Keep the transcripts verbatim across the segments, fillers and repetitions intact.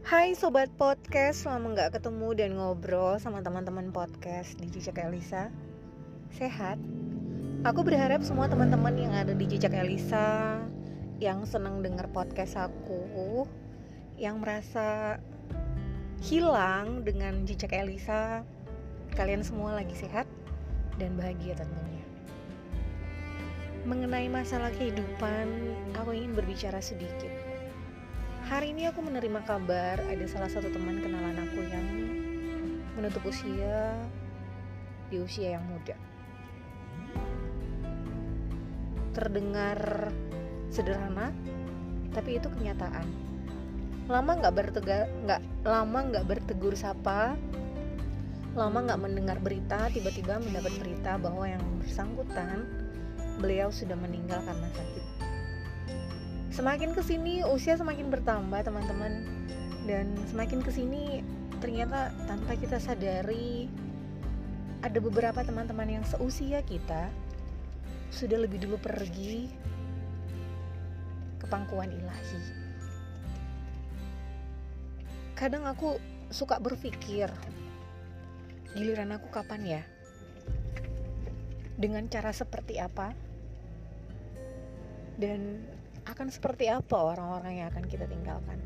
Hai Sobat Podcast, lama gak ketemu dan ngobrol sama teman-teman podcast di Jejak Elisa. Sehat? Aku berharap semua teman-teman yang ada di Jejak Elisa, yang senang dengar podcast aku, yang merasa hilang dengan Jejak Elisa, kalian semua lagi sehat dan bahagia tentunya. Mengenai masalah kehidupan, aku ingin berbicara sedikit. Hari ini aku menerima kabar ada salah satu teman kenalan aku yang menutup usia di usia yang muda. Terdengar sederhana, tapi itu kenyataan. Lama nggak bertegar, nggak lama nggak bertegur sapa, lama nggak mendengar berita, tiba-tiba mendapat berita bahwa yang bersangkutan beliau sudah meninggal karena sakit. Semakin kesini usia semakin bertambah teman-teman, dan semakin kesini ternyata tanpa kita sadari ada beberapa teman-teman yang seusia kita sudah lebih dulu pergi ke pangkuan ilahi. Kadang aku suka berpikir, giliran aku kapan ya? Dengan cara seperti apa? Dan akan seperti apa orang-orang yang akan kita tinggalkan?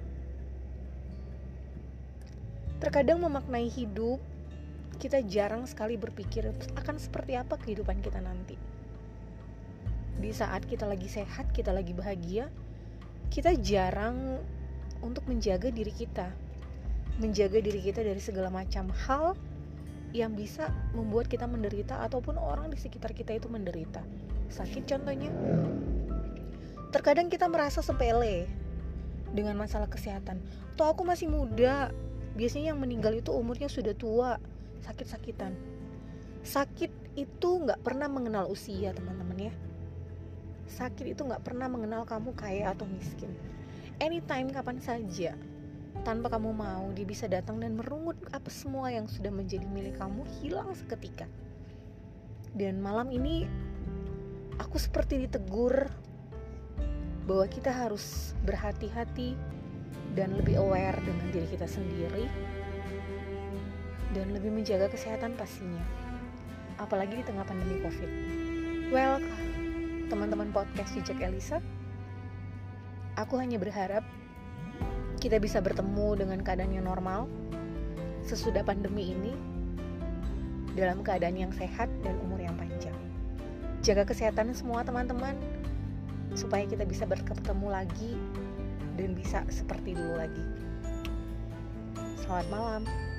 Terkadang memaknai hidup, kita jarang sekali berpikir akan seperti apa kehidupan kita nanti. Di saat kita lagi sehat, kita lagi bahagia, kita jarang untuk menjaga diri kita. Menjaga diri kita dari segala macam hal yang bisa membuat kita menderita ataupun orang di sekitar kita itu menderita. Sakit contohnya. Terkadang kita merasa sepele dengan masalah kesehatan. Toh aku masih muda. Biasanya yang meninggal itu umurnya sudah tua, sakit-sakitan. Sakit itu gak pernah mengenal usia teman-teman ya. Sakit itu gak pernah mengenal kamu kaya atau miskin. Anytime, kapan saja, tanpa kamu mau, dia bisa datang dan merungut apa semua yang sudah menjadi milik kamu, hilang seketika. Dan malam ini aku seperti ditegur bahwa kita harus berhati-hati dan lebih aware dengan diri kita sendiri dan lebih menjaga kesehatan pastinya, apalagi di tengah pandemi COVID. Well, teman-teman podcast Jejak Elisa, aku hanya berharap kita bisa bertemu dengan keadaan yang normal sesudah pandemi ini, dalam keadaan yang sehat dan umur yang panjang. Jaga kesehatan semua teman-teman, supaya kita bisa bertemu lagi dan bisa seperti dulu lagi. Selamat malam.